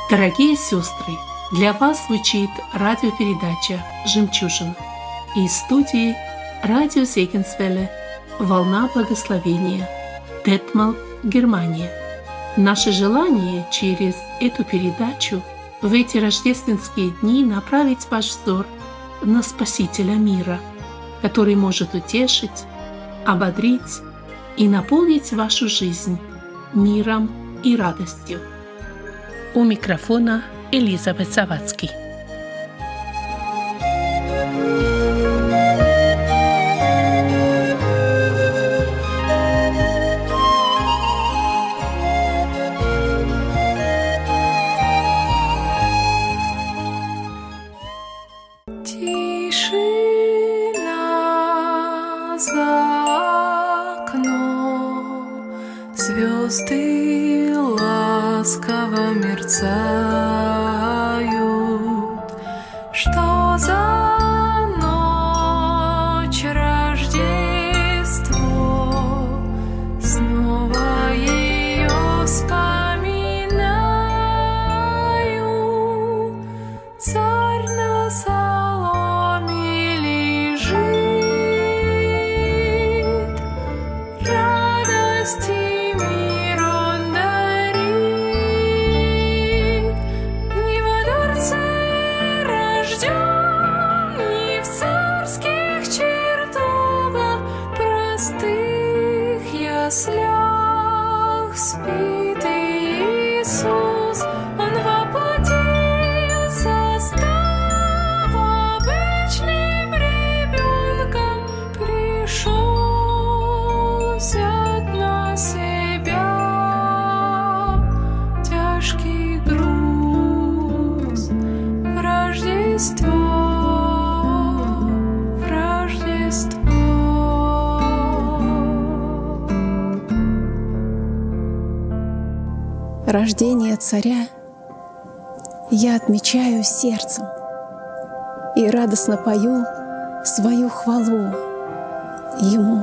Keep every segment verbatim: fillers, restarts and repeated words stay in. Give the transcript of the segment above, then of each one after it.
Дорогие сестры, для вас звучит радиопередача «Жемчужина» из студии радио Зегенсвелле «Волна благословения», Детмалб, Германия. Наше желание через эту передачу в эти рождественские дни направить ваш взор на Спасителя мира, который может утешить, ободрить и наполнить вашу жизнь миром и радостью. У микрофона Элизабет Завадский. Тишина за окном, звезды ласково мерцают. Что за ночь Рождество? Снова ее вспоминаю. Царь на соломе лежит, радости мир он дарит. Не во дворце рожден, не в царских чертогах, простых яслях спит Иисус. Он воплотился, став обычным ребенком, пришел взять на себя тяжкий груз в Рождество, в Рождество. Рождение царя я отмечаю сердцем и радостно пою свою хвалу Ему.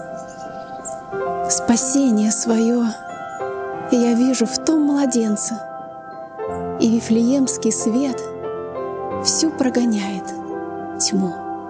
Спасение свое я вижу в том младенце, и вифлеемский свет всю прогоняет тьму.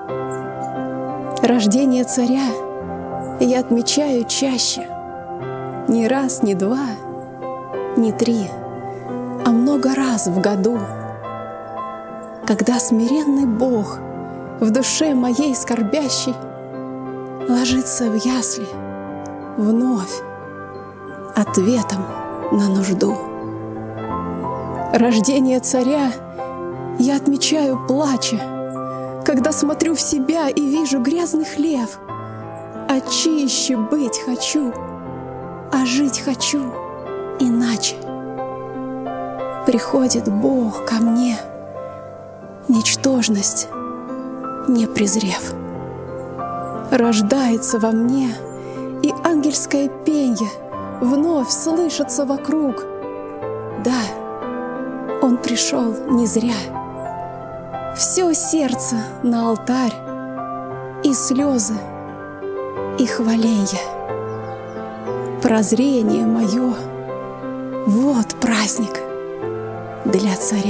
Рождение царя я отмечаю чаще, не раз, не два, не три, а много раз в году, когда смиренный Бог в душе моей скорбящей ложится в ясли вновь ответом на нужду. Рождение царя я отмечаю плача, когда смотрю в себя и вижу грязный хлев. А чище быть хочу, а жить хочу иначе. Приходит Бог ко мне, ничтожность не презрев. Рождается во мне, и ангельское пенье вновь слышится вокруг. Да, Он пришел не зря. Все сердце на алтарь, и слезы, и хваленье. Прозрение мое — вот праздник для царя.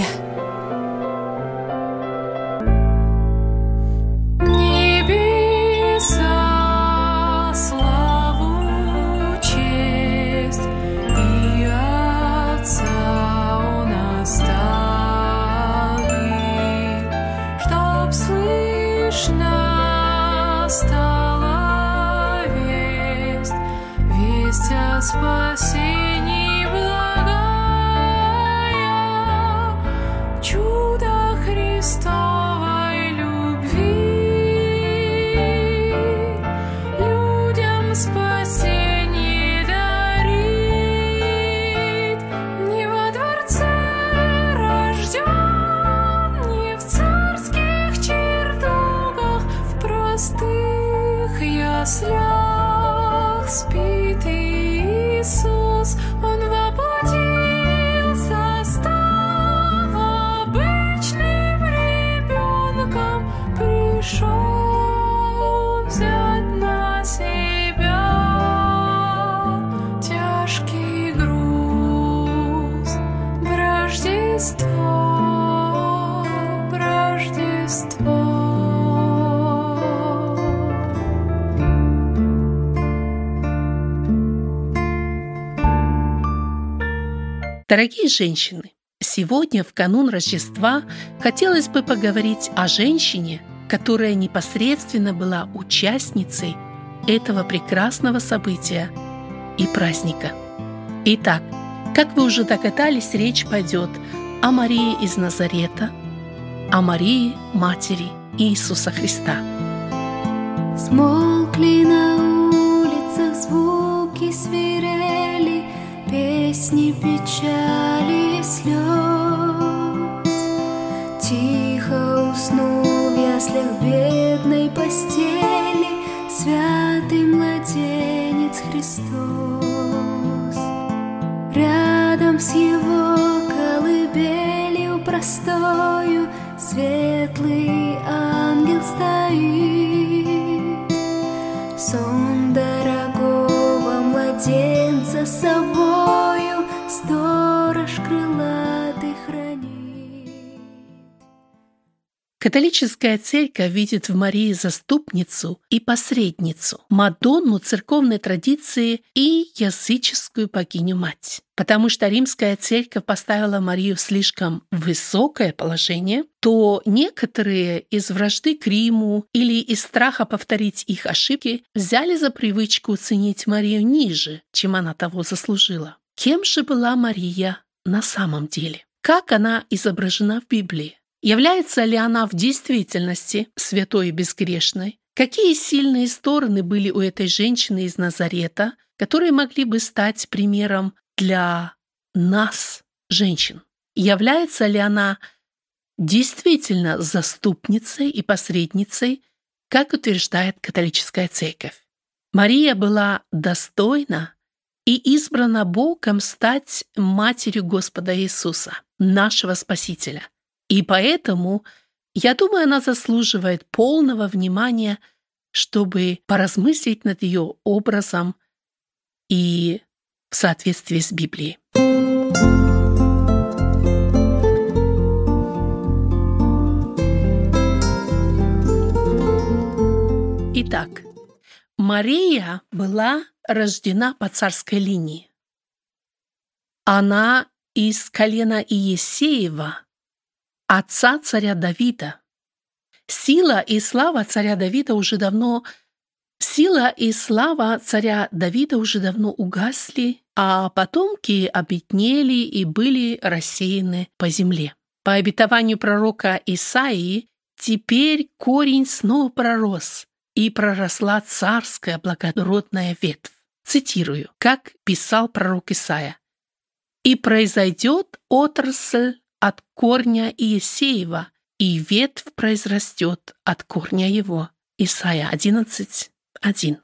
Небеса славу, честь и Отца Он оставит, чтоб слышно стала весть, весть о спасении благая, чудо Христовой любви, людям спасение дарит. Не во дворце рожден, не в царских чертогах, в простых яслях спит Иисус. Он воплотился, став обычным ребенком, пришел взять на себя тяжкий груз в Рождество. Дорогие женщины, сегодня, в канун Рождества, хотелось бы поговорить о женщине, которая непосредственно была участницей этого прекрасного события и праздника. Итак, как вы уже догадались, речь пойдет о Марии из Назарета, о Марии, матери Иисуса Христа. Смолкли на улицах звуки свирели, песни печали и слез. Тихо уснул в яслях бедной постели святый младенец Христос. Рядом с его колыбелью простою светлый ангел стоит. Сон дорогого младенца с собою сторож крылатый хранит. Католическая церковь видит в Марии заступницу и посредницу, Мадонну церковной традиции и языческую богиню-мать. Потому что римская церковь поставила Марию в слишком высокое положение, то некоторые из вражды к Риму или из страха повторить их ошибки взяли за привычку ценить Марию ниже, чем она того заслужила. Кем же была Мария на самом деле? Как она изображена в Библии? Является ли она в действительности святой и безгрешной? Какие сильные стороны были у этой женщины из Назарета, которые могли бы стать примером для нас, женщин? Является ли она действительно заступницей и посредницей, как утверждает католическая церковь? Мария была достойна и избрана Богом стать матерью Господа Иисуса, нашего Спасителя. И поэтому, я думаю, она заслуживает полного внимания, чтобы поразмыслить над ее образом и в соответствии с Библией. Итак, Мария была рождена по царской линии. Она из колена Иессеева, отца царя Давида. Сила и слава царя Давида уже давно Сила и слава царя Давида уже давно угасли, а потомки обеднели и были рассеяны по земле. По обетованию пророка Исаии, теперь корень снова пророс, и проросла царская благородная ветвь. Цитирую, как писал пророк Исаия. «И произойдет отрасль от корня Иессеева, и ветвь произрастет от корня его». Исайя одиннадцать, один.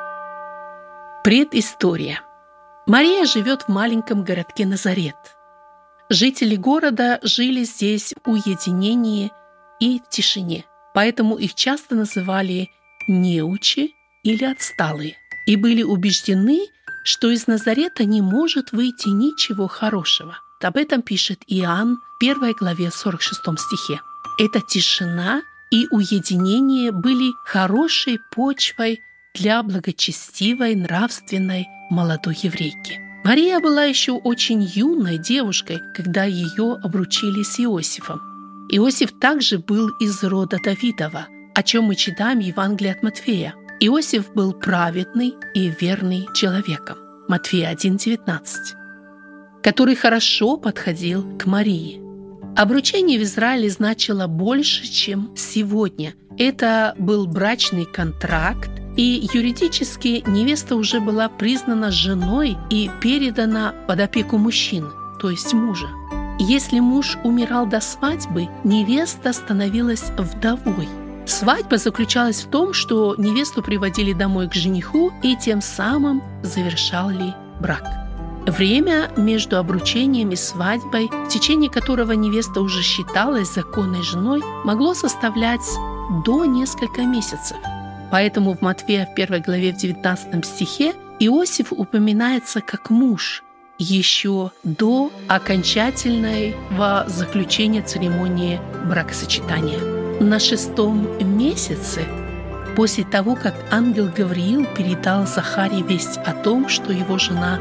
Предыстория. Мария живет в маленьком городке Назарет. Жители города жили здесь в уединении и в тишине, поэтому их часто называли неучи или отсталые, и были убеждены, что из Назарета не может выйти ничего хорошего. Об этом пишет Иоанн в первой главе сорок шестом стихе. Эта тишина и уединение были хорошей почвой для благочестивой, нравственной молодой еврейки. Мария была еще очень юной девушкой, когда ее обручили с Иосифом. Иосиф также был из рода Давидова, о чем мы читаем в Евангелии от Матфея. Иосиф был праведный и верный человеком. Матфея один девятнадцать. Который хорошо подходил к Марии. Обручение в Израиле значило больше, чем сегодня. Это был брачный контракт, и юридически невеста уже была признана женой и передана под опеку мужчины, то есть мужа. Если муж умирал до свадьбы, невеста становилась вдовой. Свадьба заключалась в том, что невесту приводили домой к жениху и тем самым завершали брак. Время между обручением и свадьбой, в течение которого невеста уже считалась законной женой, могло составлять до нескольких месяцев. Поэтому в Матфея в первой главе в девятнадцатом стихе Иосиф упоминается как муж еще до окончательного заключения церемонии бракосочетания. На шестом месяце, после того, как ангел Гавриил передал Захаре весть о том, что его жена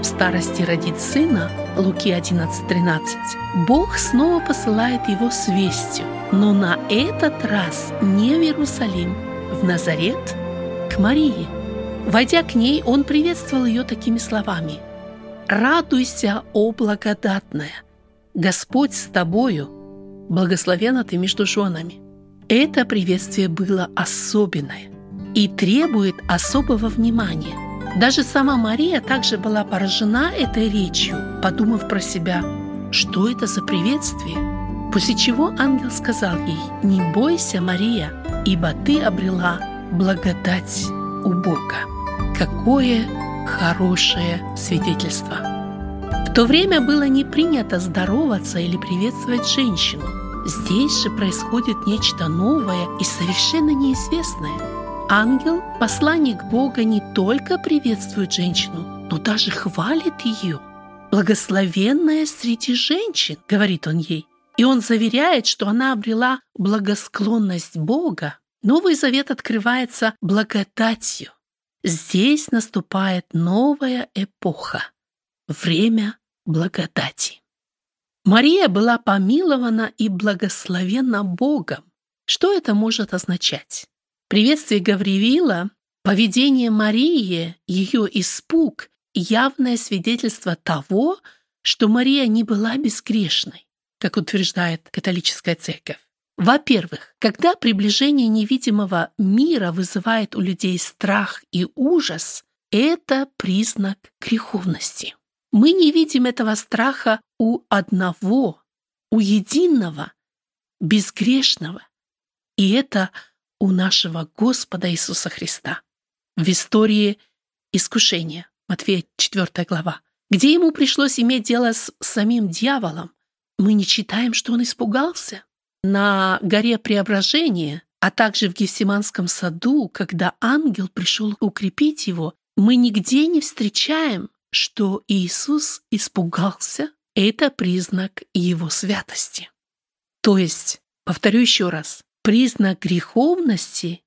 в старости родит сына, Луки одиннадцать тринадцать, Бог снова посылает его с вестью, но на этот раз не в Иерусалим, в Назарет, к Марии. Войдя к ней, он приветствовал ее такими словами: «Радуйся, о благодатная! Господь с тобою, благословенна ты между женами». Это приветствие было особенное и требует особого внимания. Даже сама Мария также была поражена этой речью, подумав про себя, что это за приветствие. После чего ангел сказал ей: «Не бойся, Мария, ибо ты обрела благодать у Бога». Какое хорошее свидетельство! В то время было не принято здороваться или приветствовать женщину. Здесь же происходит нечто новое и совершенно неизвестное. Ангел, посланник Бога, не только приветствует женщину, но даже хвалит ее. «Благословенная среди женщин», — говорит он ей. И он заверяет, что она обрела благосклонность Бога. Новый Завет открывается благодатью. Здесь наступает новая эпоха, время благодати. Мария была помилована и благословенна Богом. Что это может означать? Приветствие Гавриила, поведение Марии, ее испуг – явное свидетельство того, что Мария не была безгрешной, как утверждает католическая церковь. Во-первых, когда приближение невидимого мира вызывает у людей страх и ужас, это признак греховности. Мы не видим этого страха у одного, у единого, безгрешного. И это у нашего Господа Иисуса Христа. В истории искушения, Матфея четвёртая глава, где ему пришлось иметь дело с самим дьяволом, мы не читаем, что он испугался. На горе Преображения, а также в Гефсиманском саду, когда ангел пришел укрепить его, мы нигде не встречаем, что Иисус испугался. Это признак его святости. То есть, повторю еще раз, признак греховности,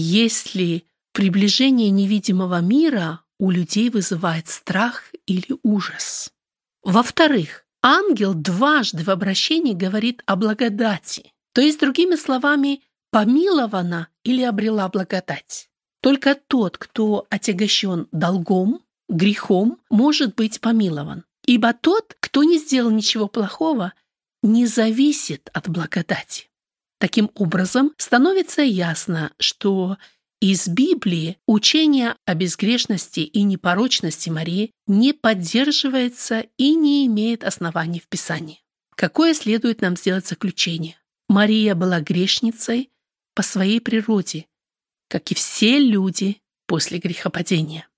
если приближение невидимого мира у людей вызывает страх или ужас. Во-вторых, ангел дважды в обращении говорит о благодати, то есть, другими словами, помилована или обрела благодать. Только тот, кто отягощен долгом, грехом, может быть помилован, ибо тот, кто не сделал ничего плохого, не зависит от благодати. Таким образом, становится ясно, что из Библии учение о безгрешности и непорочности Марии не поддерживается и не имеет оснований в Писании. Какое следует нам сделать заключение? Мария была грешницей по своей природе, как и все люди после грехопадения.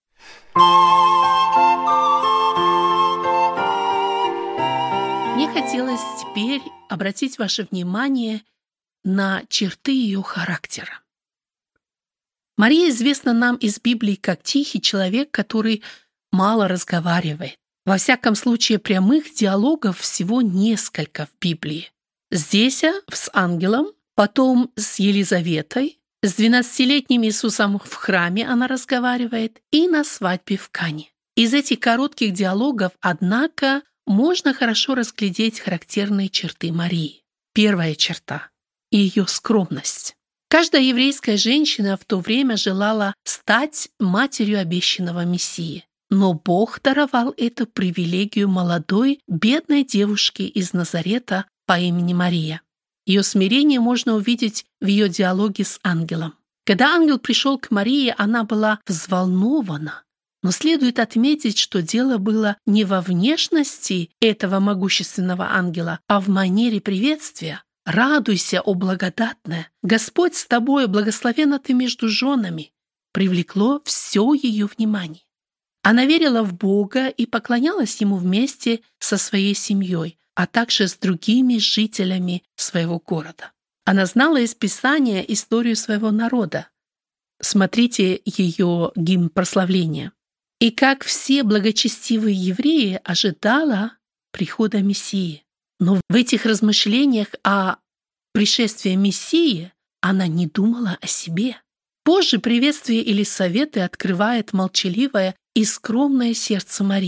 Мне хотелось теперь обратить ваше внимание на черты ее характера. Мария известна нам из Библии как тихий человек, который мало разговаривает. Во всяком случае, прямых диалогов всего несколько в Библии. Здесь с ангелом, потом с Елизаветой, с двенадцатилетним Иисусом в храме она разговаривает и на свадьбе в Кане. Из этих коротких диалогов, однако, можно хорошо разглядеть характерные черты Марии. Первая черта – ее скромность. Каждая еврейская женщина в то время желала стать матерью обещанного Мессии. Но Бог даровал эту привилегию молодой, бедной девушке из Назарета по имени Мария. Ее смирение можно увидеть в ее диалоге с ангелом. Когда ангел пришел к Марии, она была взволнована. Но следует отметить, что дело было не во внешности этого могущественного ангела, а в манере приветствия. «Радуйся, о благодатная! Господь с тобой, благословенна ты между женами!» привлекло все ее внимание. Она верила в Бога и поклонялась Ему вместе со своей семьей, а также с другими жителями своего города. Она знала из Писания историю своего народа. Смотрите ее гимн прославления. И как все благочестивые евреи ожидала прихода Мессии. Но в этих размышлениях о пришествии Мессии она не думала о себе. Позже приветствие или советы открывает молчаливое и скромное сердце Марии.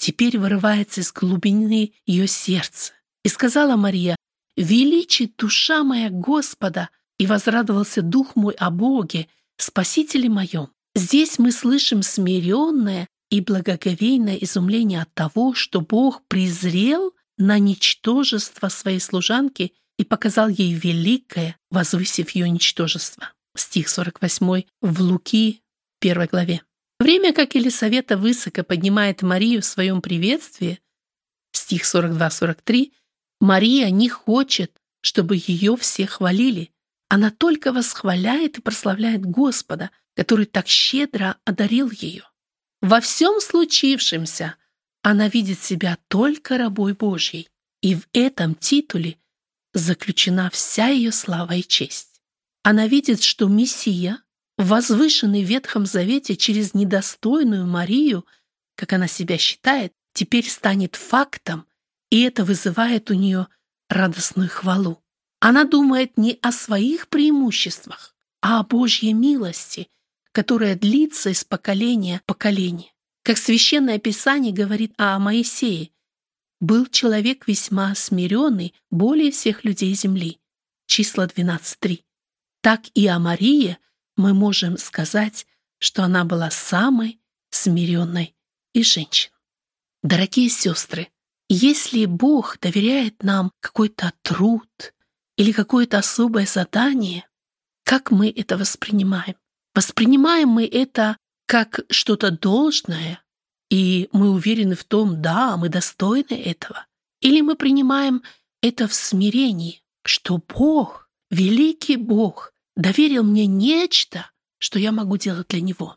теперь вырывается из глубины ее сердца. И сказала Мария: «Величит душа моя Господа, и возрадовался дух мой о Боге, Спасителе моем». Здесь мы слышим смиренное и благоговейное изумление от того, что Бог презрел на ничтожество своей служанки и показал ей великое, возвысив ее ничтожество. Стих сорок восьмой в Луки первой главе. В время как Елисавета высоко поднимает Марию в своем приветствии, стих сорок два сорок три, Мария не хочет, чтобы ее все хвалили. Она только восхваляет и прославляет Господа, который так щедро одарил ее. Во всем случившемся она видит себя только рабой Божьей, и в этом титуле заключена вся ее слава и честь. Она видит, что Мессия, возвышенный в Ветхом Завете через недостойную Марию, как она себя считает, теперь станет фактом, и это вызывает у нее радостную хвалу. Она думает не о своих преимуществах, а о Божьей милости, которая длится из поколения в поколение. Как Священное Писание говорит о Моисее, был человек весьма смиренный, более всех людей земли. Числа двенадцать три. Так и о Марии мы можем сказать, что она была самой смиренной из женщин. Дорогие сестры, если Бог доверяет нам какой-то труд или какое-то особое задание, как мы это воспринимаем? Воспринимаем мы это как что-то должное, и мы уверены в том, да, мы достойны этого? Или мы принимаем это в смирении, что Бог, великий Бог, доверил мне нечто, что я могу делать для Него?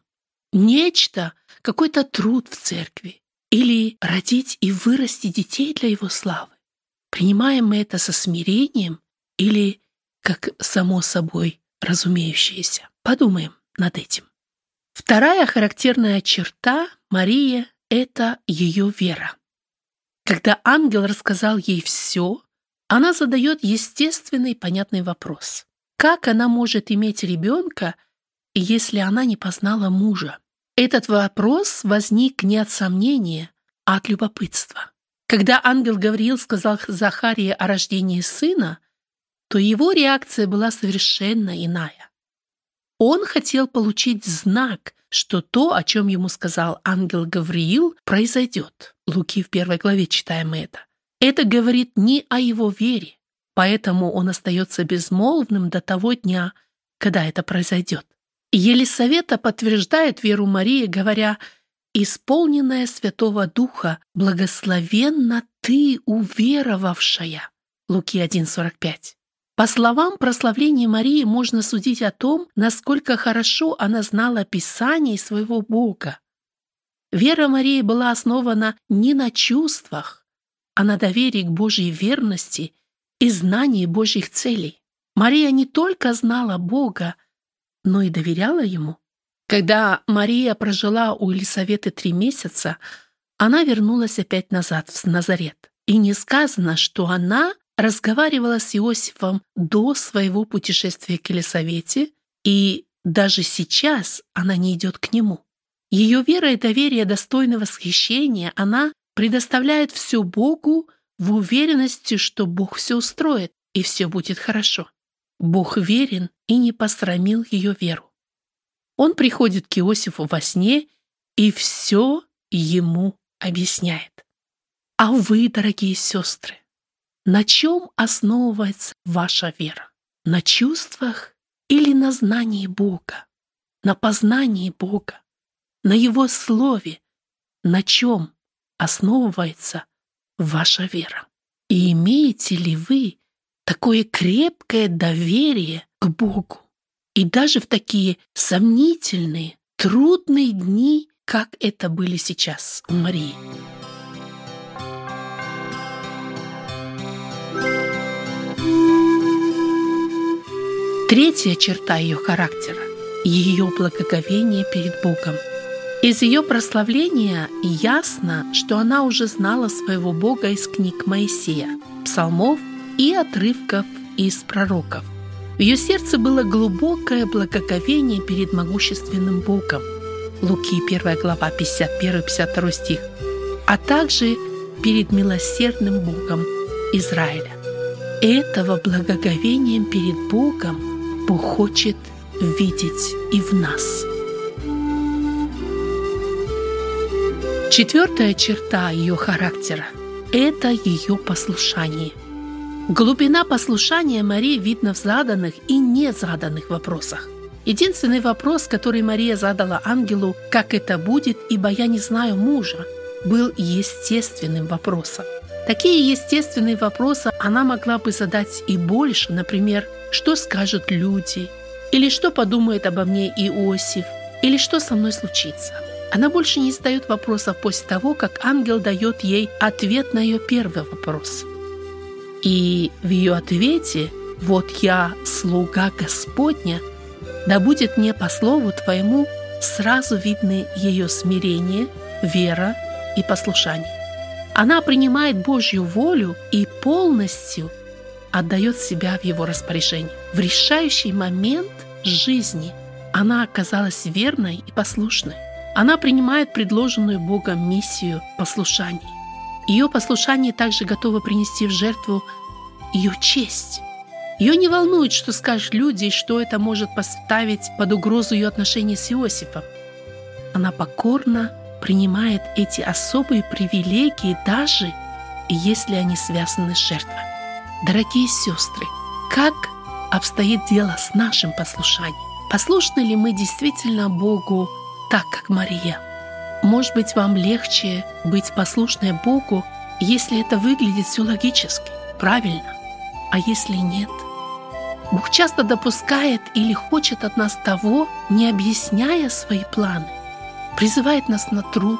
Нечто, какой-то труд в церкви, или родить и вырастить детей для Его славы? Принимаем мы это со смирением или как само собой разумеющееся? Подумаем над этим. Вторая характерная черта Марии – это ее вера. Когда ангел рассказал ей все, она задает естественный и понятный вопрос. Как она может иметь ребенка, если она не познала мужа? Этот вопрос возник не от сомнения, а от любопытства. Когда ангел Гавриил сказал Захарии о рождении сына, то его реакция была совершенно иная. Он хотел получить знак, что то, о чем ему сказал ангел Гавриил, произойдет. Луки в первой главе читаем это. Это говорит не о его вере, поэтому он остается безмолвным до того дня, когда это произойдет. Елисавета подтверждает веру Марии, говоря: «Исполненная Святого Духа, благословенна ты, уверовавшая». Луки один сорок пять. По словам прославления Марии можно судить о том, насколько хорошо она знала Писание своего Бога. Вера Марии была основана не на чувствах, а на доверии к Божьей верности и знании Божьих целей. Мария не только знала Бога, но и доверяла Ему. Когда Мария прожила у Елисаветы три месяца, она вернулась опять назад в Назарет. И не сказано, что она разговаривала с Иосифом до своего путешествия к Елисавете, и даже сейчас она не идет к нему. Ее вера и доверие достойны восхищения, она предоставляет все Богу в уверенности, что Бог все устроит и все будет хорошо. Бог верен и не посрамил ее веру. Он приходит к Иосифу во сне и все ему объясняет. А вы, дорогие сестры, на чем основывается ваша вера? На чувствах или на знании Бога? На познании Бога? На Его Слове? На чем основывается ваша вера? И имеете ли вы такое крепкое доверие к Богу? И даже в такие сомнительные, трудные дни, как это были сейчас у Марии. Третья черта ее характера – ее благоговение перед Богом. Из ее прославления ясно, что она уже знала своего Бога из книг Моисея, псалмов и отрывков из пророков. В ее сердце было глубокое благоговение перед могущественным Богом. Луки первая глава, пятьдесят первый пятьдесят второй стих. а также перед милосердным Богом Израиля. Этого благоговением перед Богом Бог хочет видеть и в нас. Четвертая черта ее характера – это ее послушание. Глубина послушания Марии видна в заданных и незаданных вопросах. Единственный вопрос, который Мария задала ангелу «Как это будет, ибо я не знаю мужа», был естественным вопросом. Такие естественные вопросы она могла бы задать и больше, например, «Что скажут люди?» или «Что подумает обо мне Иосиф?» или «Что со мной случится?». Она больше не задает вопросов после того, как ангел дает ей ответ на ее первый вопрос. И в ее ответе «Вот я, слуга Господня, да будет мне по слову Твоему», сразу видны ее смирение, вера и послушание. Она принимает Божью волю и полностью отдает себя в Его распоряжение. В решающий момент жизни она оказалась верной и послушной. Она принимает предложенную Богом миссию послушания. Ее послушание также готово принести в жертву ее честь. Ее не волнует, что скажут люди, и что это может поставить под угрозу ее отношения с Иосифом. Она покорно принимает эти особые привилегии, даже если они связаны с жертвой. Дорогие сестры, как обстоит дело с нашим послушанием? Послушны ли мы действительно Богу так, как Мария? Может быть, вам легче быть послушной Богу, если это выглядит все логически, правильно? А если нет? Бог часто допускает или хочет от нас того, не объясняя свои планы, призывает нас на труд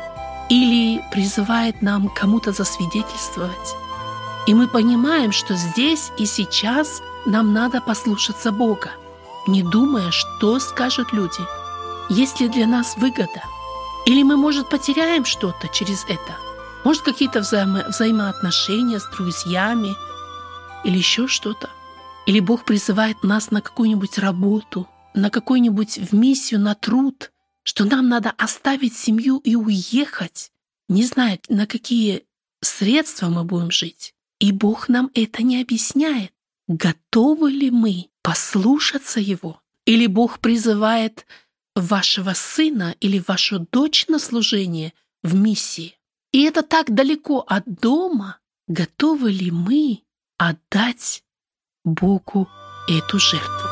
или призывает нам кому-то засвидетельствовать. И мы понимаем, что здесь и сейчас нам надо послушаться Бога, не думая, что скажут люди. Есть ли для нас выгода? Или мы, может, потеряем что-то через это? Может, какие-то взаимо- взаимоотношения с друзьями или еще что-то? Или Бог призывает нас на какую-нибудь работу, на какую-нибудь в миссию, на труд, что нам надо оставить семью и уехать, не зная, на какие средства мы будем жить. И Бог нам это не объясняет. Готовы ли мы послушаться Его? Или Бог призывает вашего сына или вашу дочь на служение в миссии? И это так далеко от дома. Готовы ли мы отдать Богу эту жертву?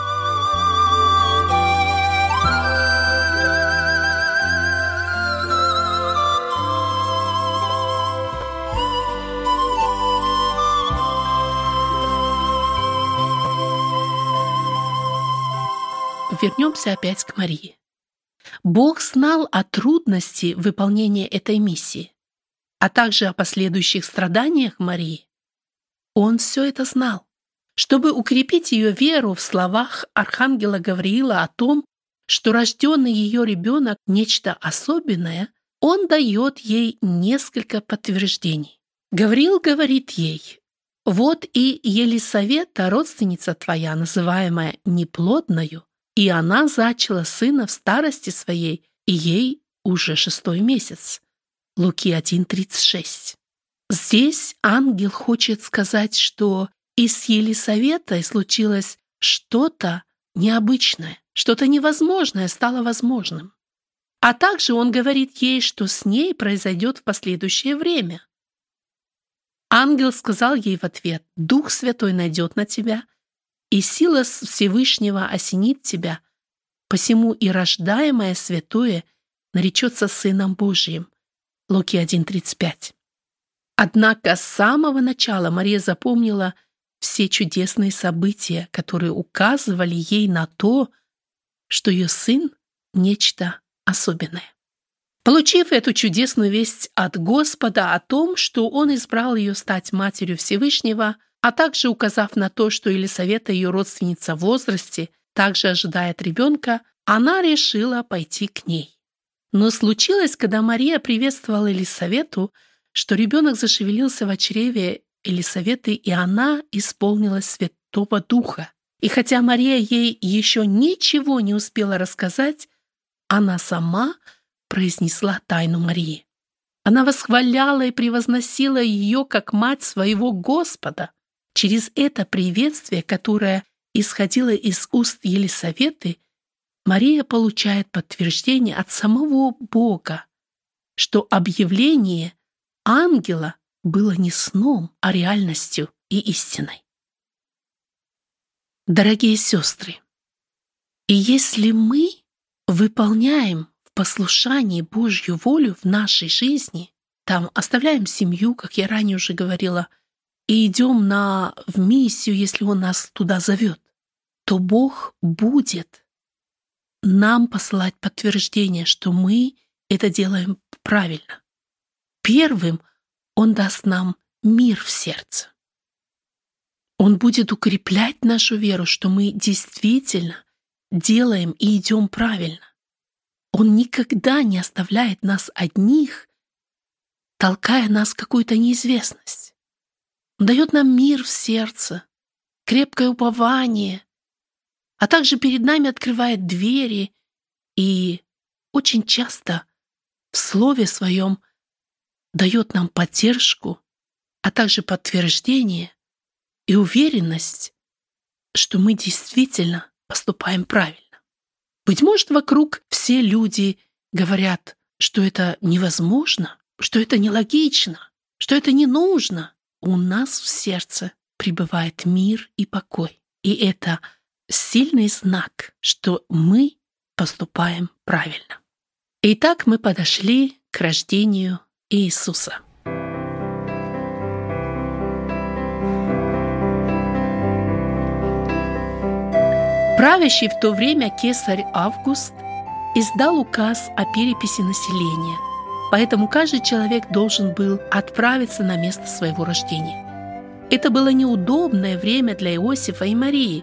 Вернемся опять к Марии. Бог знал о трудности выполнения этой миссии, а также о последующих страданиях Марии. Он все это знал. Чтобы укрепить ее веру в словах архангела Гавриила о том, что рожденный ее ребенок – нечто особенное, он дает ей несколько подтверждений. Гавриил говорит ей: «Вот и Елисавета, родственница твоя, называемая неплодною, и она зачала сына в старости своей, и ей уже шестой месяц». Луки один тридцать шесть. Здесь ангел хочет сказать, что и с Елисаветой случилось что-то необычное, что-то невозможное стало возможным. А также он говорит ей, что с ней произойдет в последующее время. Ангел сказал ей в ответ: «Дух Святой найдет на тебя, и сила Всевышнего осенит тебя, посему и рождаемое святое наречется Сыном Божьим». Луки один тридцать пять. Однако с самого начала Мария запомнила все чудесные события, которые указывали ей на то, что ее сын – нечто особенное. Получив эту чудесную весть от Господа о том, что Он избрал ее стать матерью Всевышнего, а также указав на то, что Елисавета, ее родственница в возрасте, также ожидает ребенка, она решила пойти к ней. Но случилось, когда Мария приветствовала Елисавету, что ребенок зашевелился в чреве Елисаветы, и она исполнилась Святого Духа. И хотя Мария ей еще ничего не успела рассказать, она сама произнесла тайну Марии. Она восхваляла и превозносила ее как мать своего Господа. Через это приветствие, которое исходило из уст Елисаветы, Мария получает подтверждение от самого Бога, что объявление ангела было не сном, а реальностью и истиной. Дорогие сестры, и если мы выполняем в послушании Божью волю в нашей жизни, там оставляем семью, как я ранее уже говорила, и идем на, в миссию, если Он нас туда зовет, то Бог будет нам посылать подтверждение, что мы это делаем правильно. Первым Он даст нам мир в сердце. Он будет укреплять нашу веру, что мы действительно делаем и идем правильно. Он никогда не оставляет нас одних, толкая нас в какую-то неизвестность. Он дает нам мир в сердце, крепкое упование, а также перед нами открывает двери и очень часто в Слове Своем дает нам поддержку, а также подтверждение и уверенность, что мы действительно поступаем правильно. Быть может, вокруг все люди говорят, что это невозможно, что это нелогично, что это не нужно. У нас в сердце пребывает мир и покой. И это сильный знак, что мы поступаем правильно. Итак, мы подошли к рождению Иисуса. Правящий в то время кесарь Август издал указ о переписи населения, поэтому каждый человек должен был отправиться на место своего рождения. Это было неудобное время для Иосифа и Марии,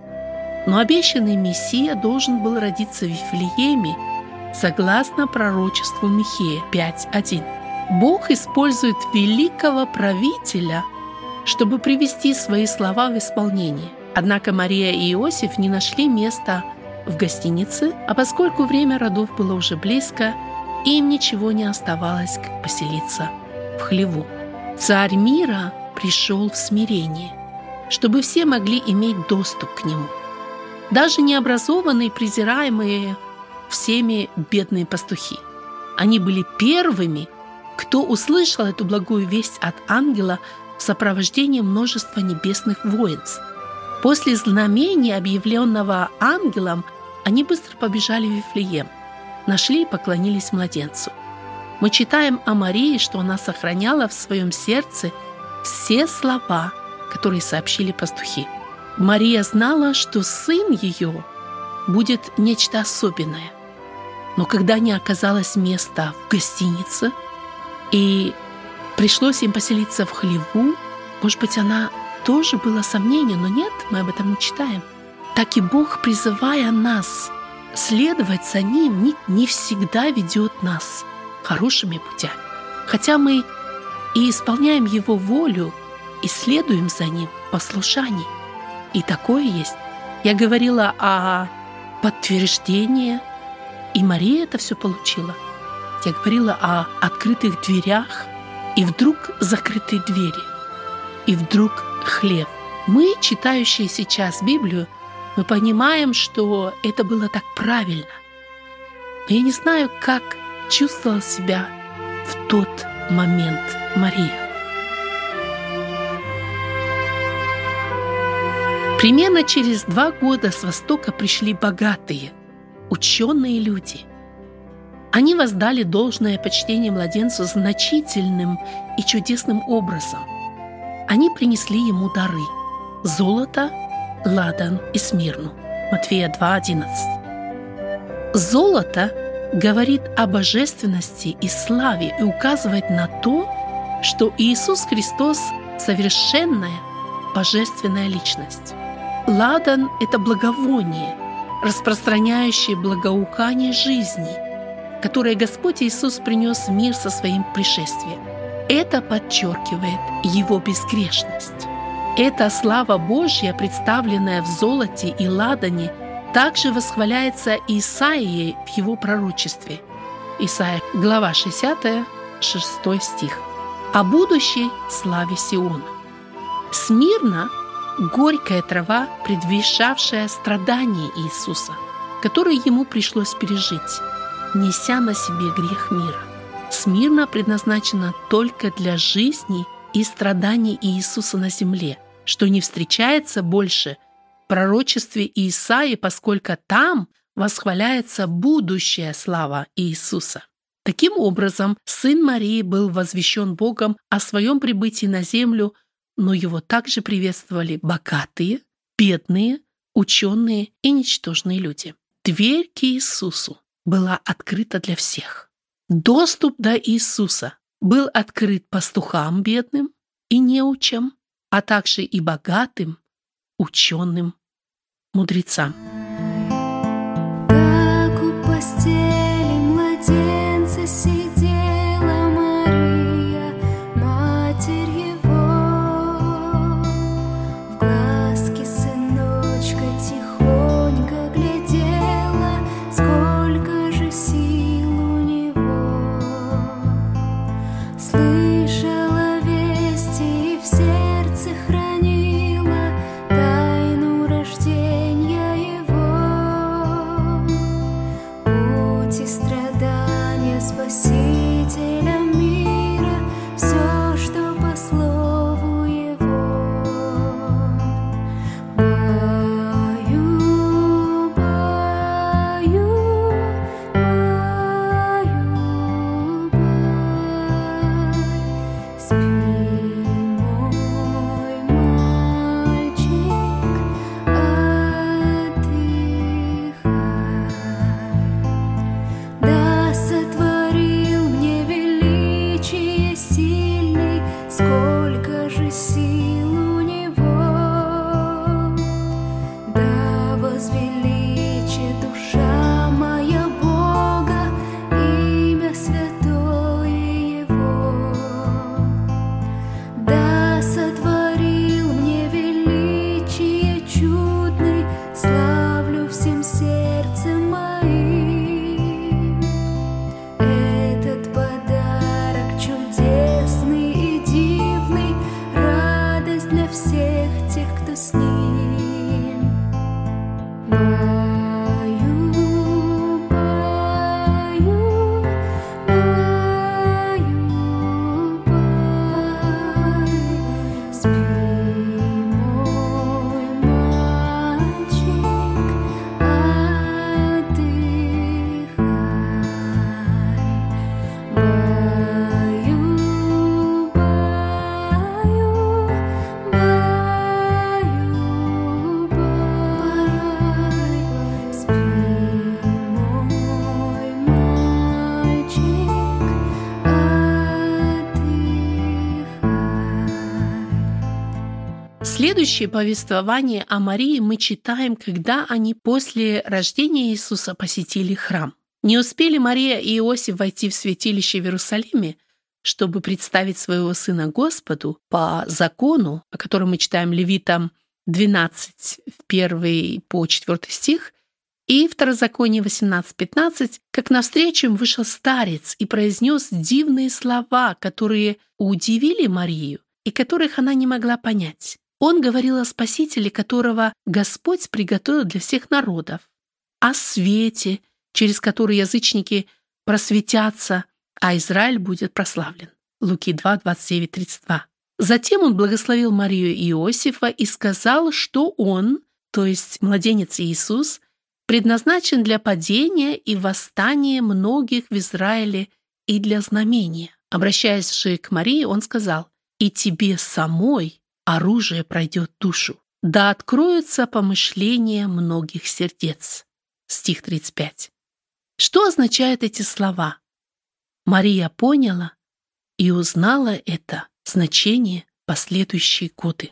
но обещанный Мессия должен был родиться в Вифлееме согласно пророчеству Михея пять один. Бог использует великого правителя, чтобы привести свои слова в исполнение. Однако Мария и Иосиф не нашли места в гостинице, а поскольку время родов было уже близко, им ничего не оставалось, как поселиться в хлеву. Царь мира пришел в смирение, чтобы все могли иметь доступ к нему. Даже необразованные, презираемые всеми бедные пастухи. Они были первыми, кто услышал эту благую весть от ангела в сопровождении множества небесных воинств. После знамения, объявленного ангелом, они быстро побежали в Вифлеем, нашли и поклонились младенцу. Мы читаем о Марии, что она сохраняла в своем сердце все слова, которые сообщили пастухи. Мария знала, что сын ее будет нечто особенное. Но когда не оказалось места в гостинице, и пришлось им поселиться в хлеву, может быть, она тоже было сомнение, но нет, мы об этом не читаем. Так и Бог, призывая нас следовать за Ним, не, не всегда ведет нас хорошими путями. Хотя мы и исполняем Его волю, и следуем за Ним в послушании. И такое есть. Я говорила о подтверждении, и Мария это все получила. Я говорила о открытых дверях, и вдруг закрытые двери, и вдруг хлеб. Мы, читающие сейчас Библию, мы понимаем, что это было так правильно. Но я не знаю, как чувствовала себя в тот момент Мария. Примерно через два года с Востока пришли богатые, ученые люди. Они воздали должное почтение младенцу значительным и чудесным образом. Они принесли ему дары – золото, ладан и смирну. Матфея два одиннадцать. Золото говорит о божественности и славе и указывает на то, что Иисус Христос – совершенная божественная личность. Ладан – это благовоние, распространяющее благоухание жизни, которое Господь Иисус принес в мир со своим пришествием. Это подчеркивает Его безгрешность. Эта слава Божья, представленная в золоте и ладане, также восхваляется Исаией в его пророчестве. Исайя, глава шестьдесят, шестой стих. О будущей славе Сиона. Смирна – горькая трава, предвещавшая страдания Иисуса, которые ему пришлось пережить, неся на себе грех мира. Смирна предназначена только для жизни и страданий Иисуса на земле, что не встречается больше в пророчестве Исаии, поскольку там восхваляется будущая слава Иисуса. Таким образом, сын Марии был возвещен Богом о своем прибытии на землю, но его также приветствовали богатые, бедные, ученые и ничтожные люди. Дверь к Иисусу была открыта для всех. Доступ до Иисуса был открыт пастухам бедным и неучам, а также и богатым, ученым, мудрецам. Как у постели младенца сидела Мария, матерь его, в глазки сыночка тихонько глядела, сколько же сил у него. Слышала вести и в сердце хранила тайну рождения его. Путь и страдания Спасителя мира, все, что по слову его. Баю, баю, баю, бай. Спи, мой мальчик, отдыхай. Да сотворил мне величие сильный, сколько же сил у него. Да возвеличит душа моя Бога, имя святое его. Да сотворил мне величие чудный, славлю всем сердцем моим. Этот подарок чудесный и дивный, радость для всех тех, кто с ним. Баю, баю, баю, бай. Спи, мой мальчик, отдыхай. Баю, баю, баю, бай. Спи, мой мальчик, отдыхай. Следующее повествование о Марии мы читаем, когда они после рождения Иисуса посетили храм. Не успели Мария и Иосиф войти в святилище в Иерусалиме, чтобы представить своего сына Господу по закону, о котором мы читаем Левитам двенадцать, первый по четвёртый стих, и Второзаконие восемнадцать пятнадцать, как навстречу им вышел старец и произнес дивные слова, которые удивили Марию и которых она не могла понять. Он говорил о Спасителе, которого Господь приготовил для всех народов, о свете, через который язычники просветятся, а Израиль будет прославлен. Луки два, двадцать девять, тридцать два. Затем он благословил Марию и Иосифа и сказал, что он, то есть младенец Иисус, предназначен для падения и восстания многих в Израиле и для знамения. Обращаясь же к Марии, он сказал: «И тебе самой оружие пройдет душу, да откроются помышления многих сердец». Стих тридцать пять. Что означают эти слова? Мария поняла и узнала это значение последующие годы.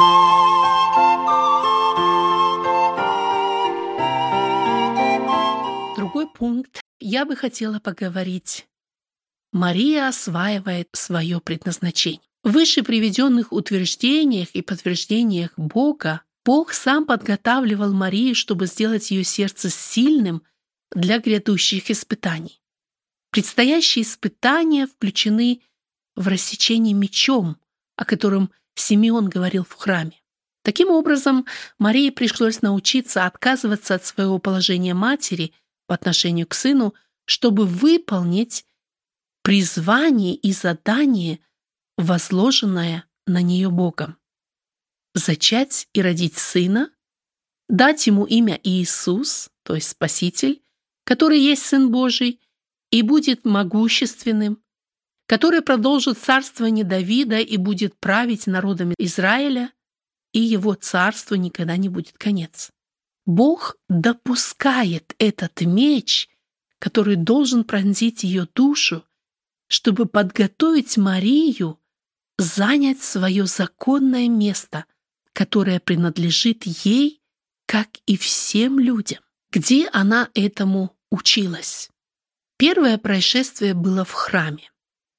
Другой пункт. Я бы хотела поговорить. Мария осваивает свое предназначение. В выше приведенных утверждениях и подтверждениях Бога Бог сам подготавливал Марию, чтобы сделать ее сердце сильным для грядущих испытаний. Предстоящие испытания включены в рассечение мечом, о котором Симеон говорил в храме. Таким образом, Марии пришлось научиться отказываться от своего положения матери по отношению к сыну, чтобы выполнить призвание и задание, возложенное на нее Богом. Зачать и родить сына, дать ему имя Иисус, то есть Спаситель, который есть Сын Божий и будет могущественным, который продолжит царствование Давида и будет править народами Израиля, и его царству никогда не будет конец. Бог допускает этот меч, который должен пронзить ее душу, чтобы подготовить Марию занять свое законное место, которое принадлежит ей, как и всем людям. Где она этому училась? Первое происшествие было в храме.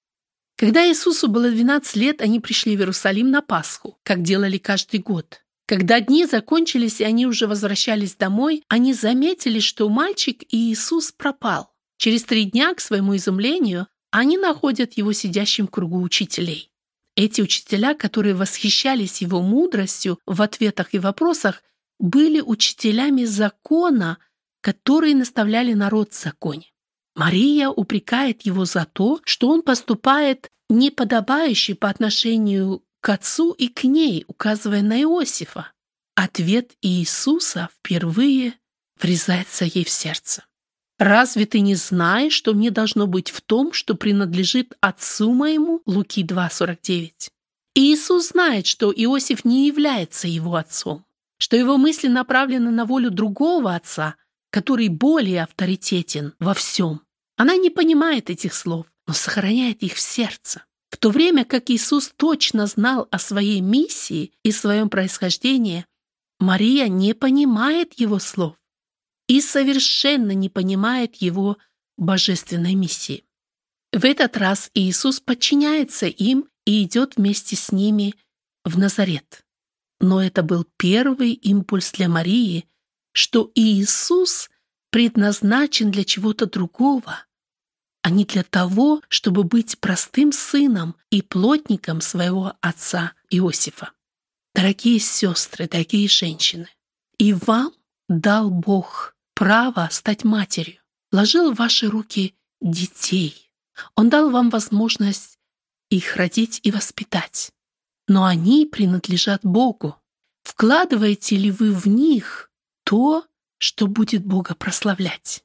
Когда Иисусу было двенадцать лет, они пришли в Иерусалим на Пасху, как делали каждый год. Когда дни закончились и они уже возвращались домой, они заметили, что мальчик Иисус пропал. Через три дня, к своему изумлению, они находят его сидящим в кругу учителей. Эти учителя, которые восхищались его мудростью в ответах и вопросах, были учителями закона, которые наставляли народ в законе. Мария упрекает его за то, что он поступает неподобающе по отношению к отцу и к ней, указывая на Иосифа. Ответ Иисуса впервые врезается ей в сердце. «Разве ты не знаешь, что мне должно быть в том, что принадлежит отцу моему?» Луки два сорок девять. Иисус знает, что Иосиф не является его отцом, что его мысли направлены на волю другого отца, который более авторитетен во всем. Она не понимает этих слов, но сохраняет их в сердце. В то время как Иисус точно знал о своей миссии и своем происхождении, Мария не понимает его слов и совершенно не понимает его божественной миссии. В этот раз Иисус подчиняется им и идет вместе с ними в Назарет. Но это был первый импульс для Марии, что Иисус предназначен для чего-то другого, а не для того, чтобы быть простым сыном и плотником своего отца Иосифа. Дорогие сестры, дорогие женщины, и вам дал Бог право стать матерью, вложил в ваши руки детей. Он дал вам возможность их родить и воспитать, но они принадлежат Богу. Вкладываете ли вы в них то, что будет Бога прославлять?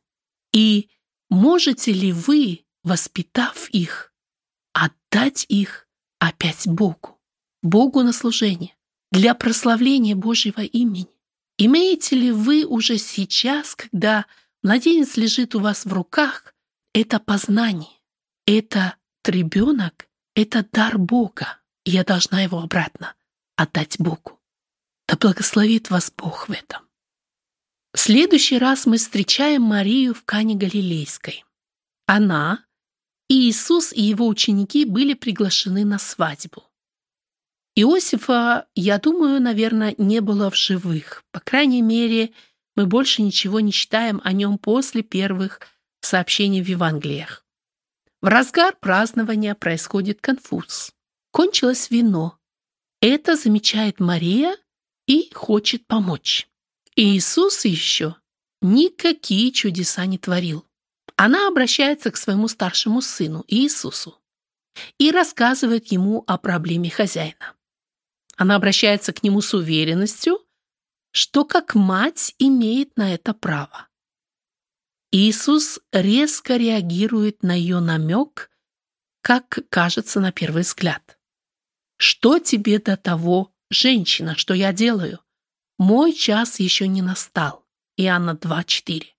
И можете ли вы, воспитав их, отдать их опять Богу, Богу на служение, для прославления Божьего имени? Имеете ли вы уже сейчас, когда младенец лежит у вас в руках, это познание, этот ребенок, это дар Бога, и я должна его обратно отдать Богу? Да благословит вас Бог в этом. В следующий раз мы встречаем Марию в Кане Галилейской. Она, Иисус и его ученики были приглашены на свадьбу. Иосифа, я думаю, наверное, не было в живых. По крайней мере, мы больше ничего не читаем о нем после первых сообщений в Евангелиях. В разгар празднования происходит конфуз. Кончилось вино. Это замечает Мария и хочет помочь. Иисус еще никакие чудеса не творил. Она обращается к своему старшему сыну Иисусу и рассказывает ему о проблеме хозяина. Она обращается к нему с уверенностью, что как мать имеет на это право. Иисус резко реагирует на ее намек, как кажется на первый взгляд. «Что тебе до того, женщина, что я делаю? Мой час еще не настал». Иоанна два четыре.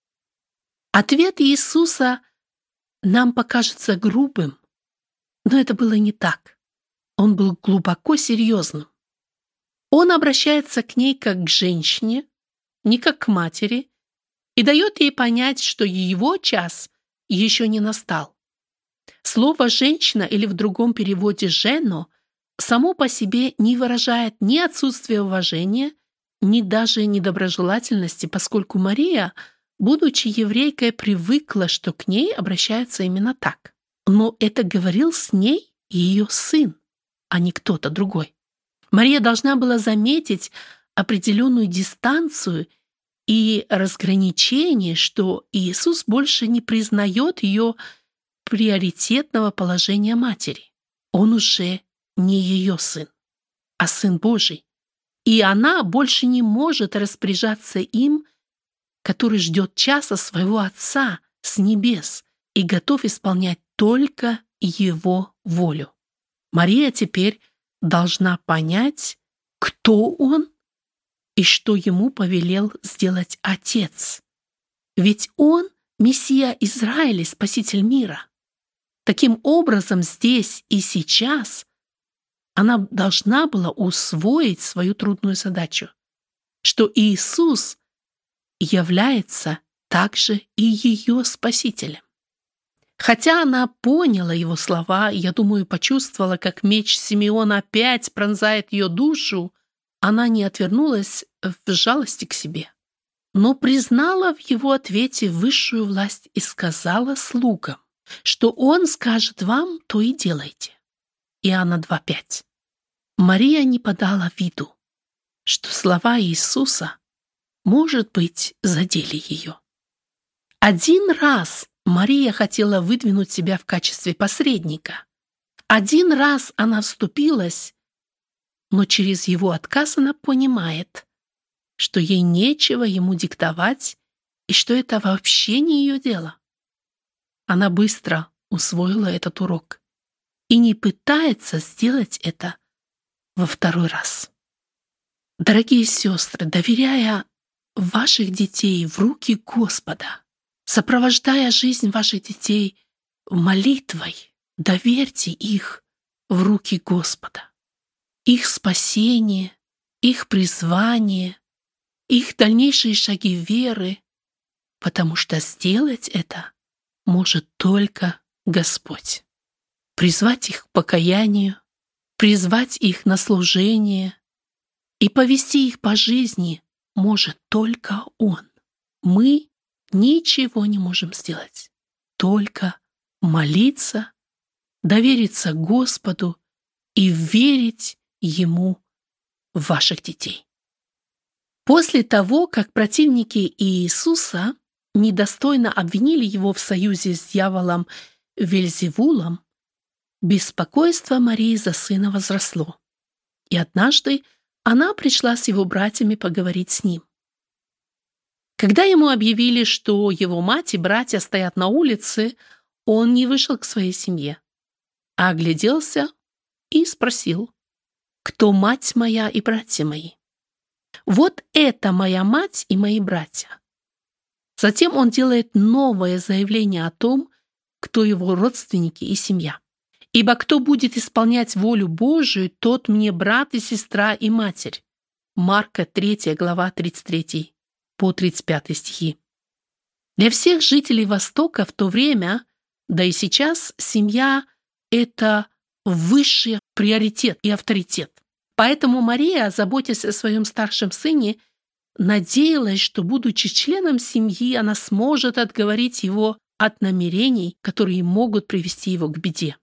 Ответ Иисуса нам покажется грубым, но это было не так. Он был глубоко серьезным. Он обращается к ней как к женщине, не как к матери, и дает ей понять, что его час еще не настал. Слово «женщина» или в другом переводе «жено» само по себе не выражает ни отсутствия уважения, ни даже недоброжелательности, поскольку Мария будучи еврейкой, привыкла, что к ней обращаются именно так. Но это говорил с ней ее сын, а не кто-то другой. Мария должна была заметить определенную дистанцию и разграничение, что Иисус больше не признает ее приоритетного положения матери. Он уже не ее сын, а сын Божий. И она больше не может распоряжаться им, который ждет часа своего Отца с небес и готов исполнять только его волю. Мария теперь должна понять, кто он и что ему повелел сделать Отец. Ведь он — Мессия Израиля, Спаситель мира. Таким образом, здесь и сейчас она должна была усвоить свою трудную задачу, что Иисус является также и ее Спасителем. Хотя она поняла его слова, я думаю, почувствовала, как меч Симеона опять пронзает ее душу, она не отвернулась в жалости к себе, но признала в его ответе высшую власть и сказала слугам, что он скажет вам, то и делайте. Иоанна два пять. Мария не подала виду, что слова Иисуса, может быть, задели ее. Один раз Мария хотела выдвинуть себя в качестве посредника. Один раз она вступилась, но через его отказ она понимает, что ей нечего ему диктовать и что это вообще не ее дело. Она быстро усвоила этот урок и не пытается сделать это во второй раз. Дорогие сестры, доверяя ваших детей в руки Господа, сопровождая жизнь ваших детей молитвой, доверьте их в руки Господа. Их спасение, их призвание, их дальнейшие шаги веры, потому что сделать это может только Господь. Призвать их к покаянию, призвать их на служение и повести их по жизни может только Он. Мы ничего не можем сделать, только молиться, довериться Господу и верить Ему в ваших детей. После того, как противники Иисуса недостойно обвинили Его в союзе с дьяволом Вельзевулом, беспокойство Марии за сына возросло, и однажды она пришла с его братьями поговорить с ним. Когда ему объявили, что его мать и братья стоят на улице, он не вышел к своей семье, а огляделся и спросил: «Кто мать моя и братья мои?» «Вот это моя мать и мои братья». Затем он делает новое заявление о том, кто его родственники и семья. «Ибо кто будет исполнять волю Божию, тот мне брат и сестра и матерь». Марка третья глава тридцать третий по тридцать пятый стихи. Для всех жителей Востока в то время, да и сейчас, семья — это высший приоритет и авторитет. Поэтому Мария, заботясь о своем старшем сыне, надеялась, что, будучи членом семьи, она сможет отговорить его от намерений, которые могут привести его к беде.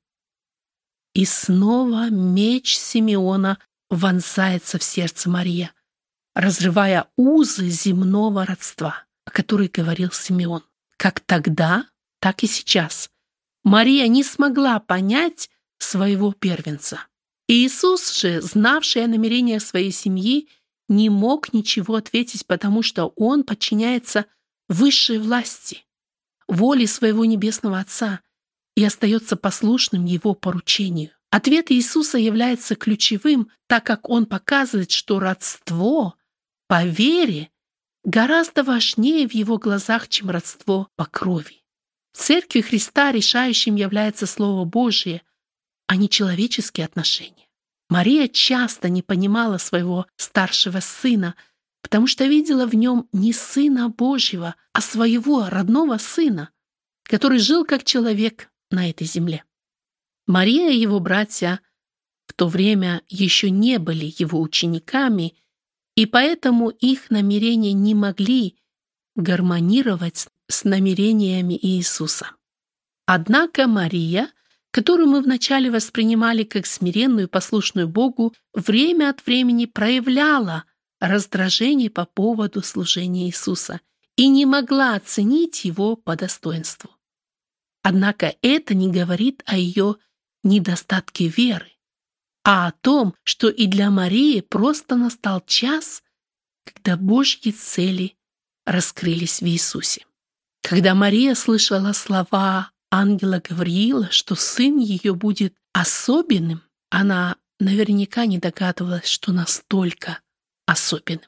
И снова меч Симеона вонзается в сердце Марии, разрывая узы земного родства, о которой говорил Симеон. Как тогда, так и сейчас. Мария не смогла понять своего первенца. Иисус же, знавший о намерениях своей семьи, не мог ничего ответить, потому что он подчиняется высшей власти, воле своего небесного Отца, и остается послушным его поручению. Ответ Иисуса является ключевым, так как он показывает, что родство по вере гораздо важнее в его глазах, чем родство по крови. В Церкви Христа решающим является Слово Божие, а не человеческие отношения. Мария часто не понимала своего старшего сына, потому что видела в нем не Сына Божьего, а своего родного сына, который жил как человек на этой земле. Мария и его братья в то время еще не были его учениками, и поэтому их намерения не могли гармонировать с намерениями Иисуса. Однако Мария, которую мы вначале воспринимали как смиренную и послушную Богу, время от времени проявляла раздражение по поводу служения Иисуса и не могла оценить его по достоинству. Однако это не говорит о ее недостатке веры, а о том, что и для Марии просто настал час, когда Божьи цели раскрылись в Иисусе. Когда Мария слышала слова ангела Гавриила, что сын ее будет особенным, она наверняка не догадывалась, что настолько особенным.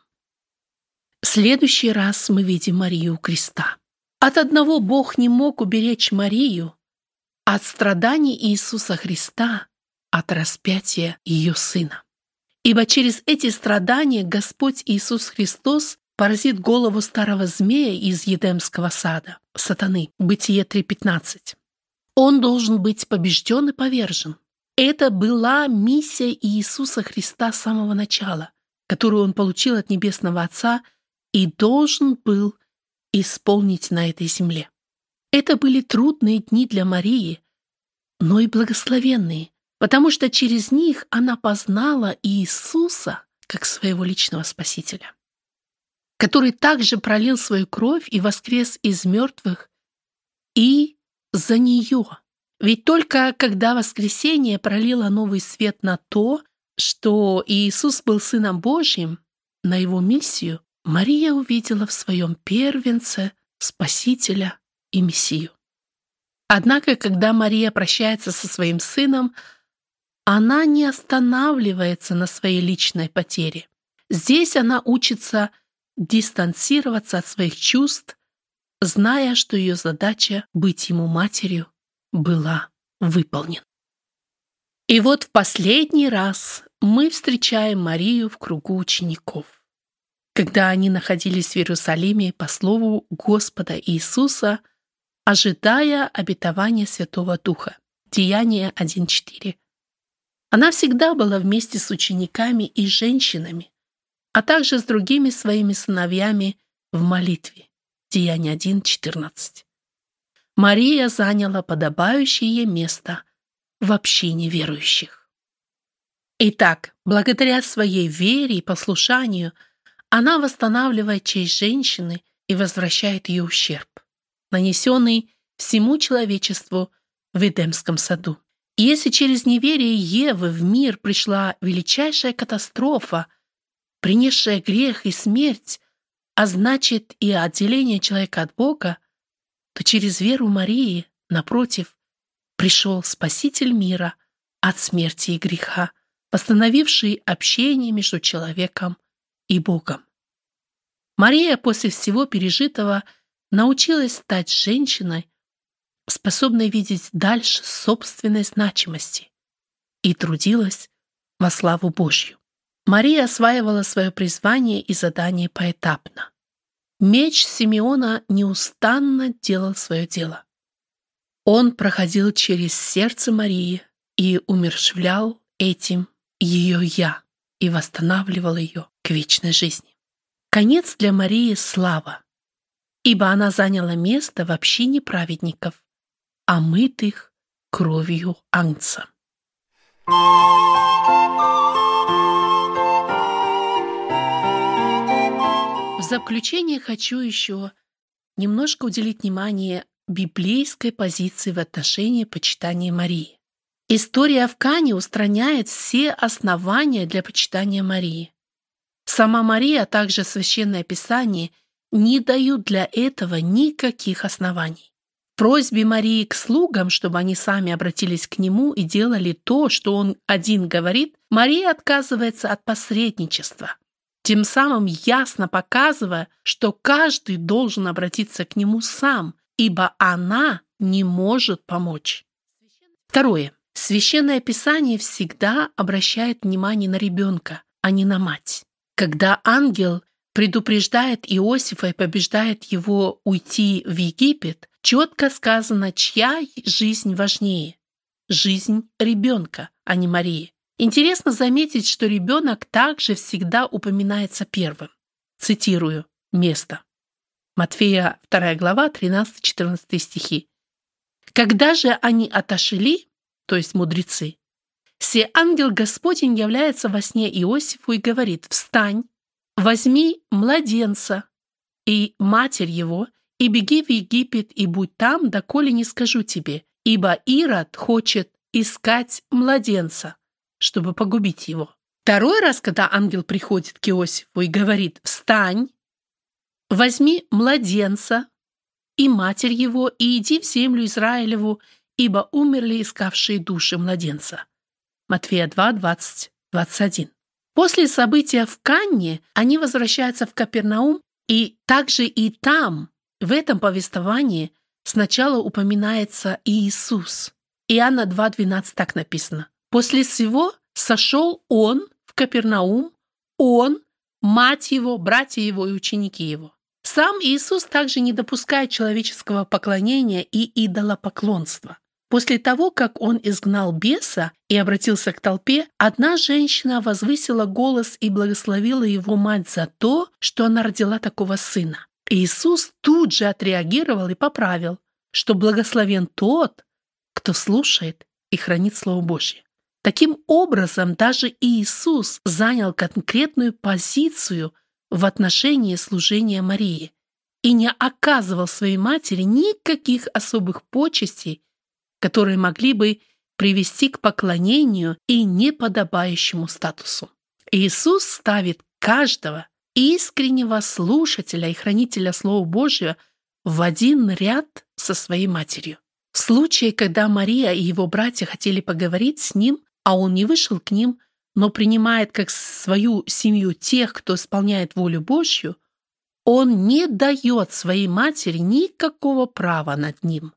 В следующий раз мы видим Марию у креста. От одного Бог не мог уберечь Марию, от страданий Иисуса Христа, от распятия ее Сына. Ибо через эти страдания Господь Иисус Христос поразит голову старого змея из Едемского сада, сатаны, Бытие три пятнадцать. Он должен быть побежден и повержен. Это была миссия Иисуса Христа с самого начала, которую Он получил от Небесного Отца и должен был исполнить на этой земле. Это были трудные дни для Марии, но и благословенные, потому что через них она познала Иисуса как своего личного Спасителя, который также пролил свою кровь и воскрес из мертвых и за нее. Ведь только когда воскресение пролило новый свет на то, что Иисус был Сыном Божьим, на его миссию, Мария увидела в своем первенце Спасителя и Мессию. Однако, когда Мария прощается со своим сыном, она не останавливается на своей личной потере. Здесь она учится дистанцироваться от своих чувств, зная, что ее задача быть ему матерью была выполнена. И вот в последний раз мы встречаем Марию в кругу учеников, когда они находились в Иерусалиме по слову Господа Иисуса, ожидая обетования Святого Духа. Деяние один четыре. Она всегда была вместе с учениками и женщинами, а также с другими своими сыновьями в молитве. Деяние один четырнадцать. Мария заняла подобающее ей место в общине верующих. Итак, благодаря своей вере и послушанию она восстанавливает честь женщины и возвращает ее ущерб, нанесенный всему человечеству в Эдемском саду. И если через неверие Евы в мир пришла величайшая катастрофа, принесшая грех и смерть, а значит и отделение человека от Бога, то через веру Марии, напротив, пришел Спаситель мира от смерти и греха, восстановивший общение между человеком и Богом. Мария после всего пережитого научилась стать женщиной, способной видеть дальше собственной значимости, и трудилась во славу Божью. Мария осваивала свое призвание и задание поэтапно. Меч Симеона неустанно делал свое дело. Он проходил через сердце Марии и умерщвлял этим ее «я» и восстанавливал ее к вечной жизни. Конец для Марии — слава, ибо она заняла место в общине праведников, омытых кровью Агнца. В заключение хочу еще немножко уделить внимание библейской позиции в отношении почитания Марии. История в Кане устраняет все основания для почитания Марии. Сама Мария, а также Священное Писание не дают для этого никаких оснований. В просьбе Марии к слугам, чтобы они сами обратились к нему и делали то, что он один говорит, Мария отказывается от посредничества, тем самым ясно показывая, что каждый должен обратиться к нему сам, ибо она не может помочь. Второе. Священное Писание всегда обращает внимание на ребенка, а не на мать. Когда ангел предупреждает Иосифа и побеждает его уйти в Египет, четко сказано, чья жизнь важнее – жизнь ребенка, а не Марии. Интересно заметить, что ребенок также всегда упоминается первым. Цитирую место. Матфея вторая глава, тринадцатый-четырнадцатый стихи. «Когда же они отошли, то есть мудрецы, се ангел Господень является во сне Иосифу и говорит: встань, возьми младенца и матерь его, и беги в Египет, и будь там, доколе не скажу тебе, ибо Ирод хочет искать младенца, чтобы погубить его». Второй раз, когда ангел приходит к Иосифу и говорит: встань, возьми младенца и матерь его, и иди в землю Израилеву, ибо умерли искавшие души младенца. Матфея два, двадцать, двадцать один. После события в Канне они возвращаются в Капернаум, и также и там, в этом повествовании, сначала упоминается Иисус. Иоанна два, двенадцать так написано. «После сего сошел он в Капернаум, он, мать его, братья его и ученики его». Сам Иисус также не допускает человеческого поклонения и идолопоклонства. После того, как он изгнал беса и обратился к толпе, одна женщина возвысила голос и благословила его мать за то, что она родила такого сына. Иисус тут же отреагировал и поправил, что благословен тот, кто слушает и хранит Слово Божье. Таким образом, даже Иисус занял конкретную позицию в отношении служения Марии и не оказывал своей матери никаких особых почестей, которые могли бы привести к поклонению и неподобающему статусу. Иисус ставит каждого искреннего слушателя и хранителя Слова Божьего в один ряд со своей матерью. В случае, когда Мария и его братья хотели поговорить с ним, а он не вышел к ним, но принимает как свою семью тех, кто исполняет волю Божью, он не дает своей матери никакого права над ним.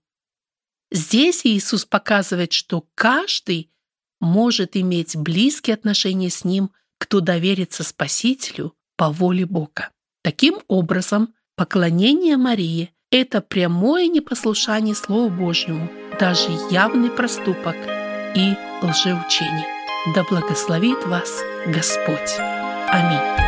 Здесь Иисус показывает, что каждый может иметь близкие отношения с Ним, кто доверится Спасителю по воле Бога. Таким образом, поклонение Марии – это прямое непослушание Слову Божьему, даже явный проступок и лжеучение. Да благословит вас Господь. Аминь.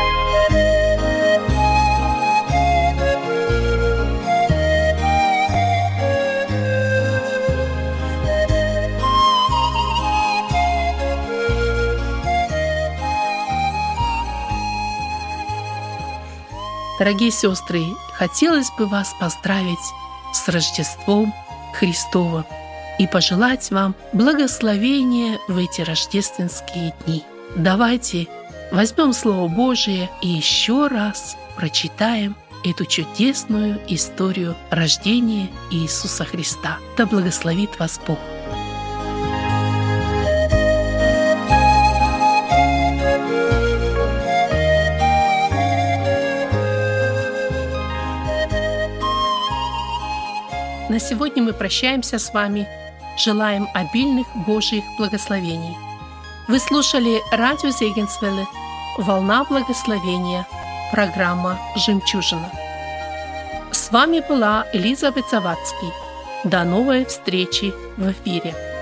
Дорогие сестры, хотелось бы вас поздравить с Рождеством Христовым и пожелать вам благословения в эти рождественские дни. Давайте возьмем Слово Божие и еще раз прочитаем эту чудесную историю рождения Иисуса Христа. Да благословит вас Бог. На сегодня мы прощаемся с вами. Желаем обильных Божьих благословений. Вы слушали радио Зегенсвелле «Волна благословения», программа «Жемчужина». С вами была Элизабет Завадский. До новой встречи в эфире.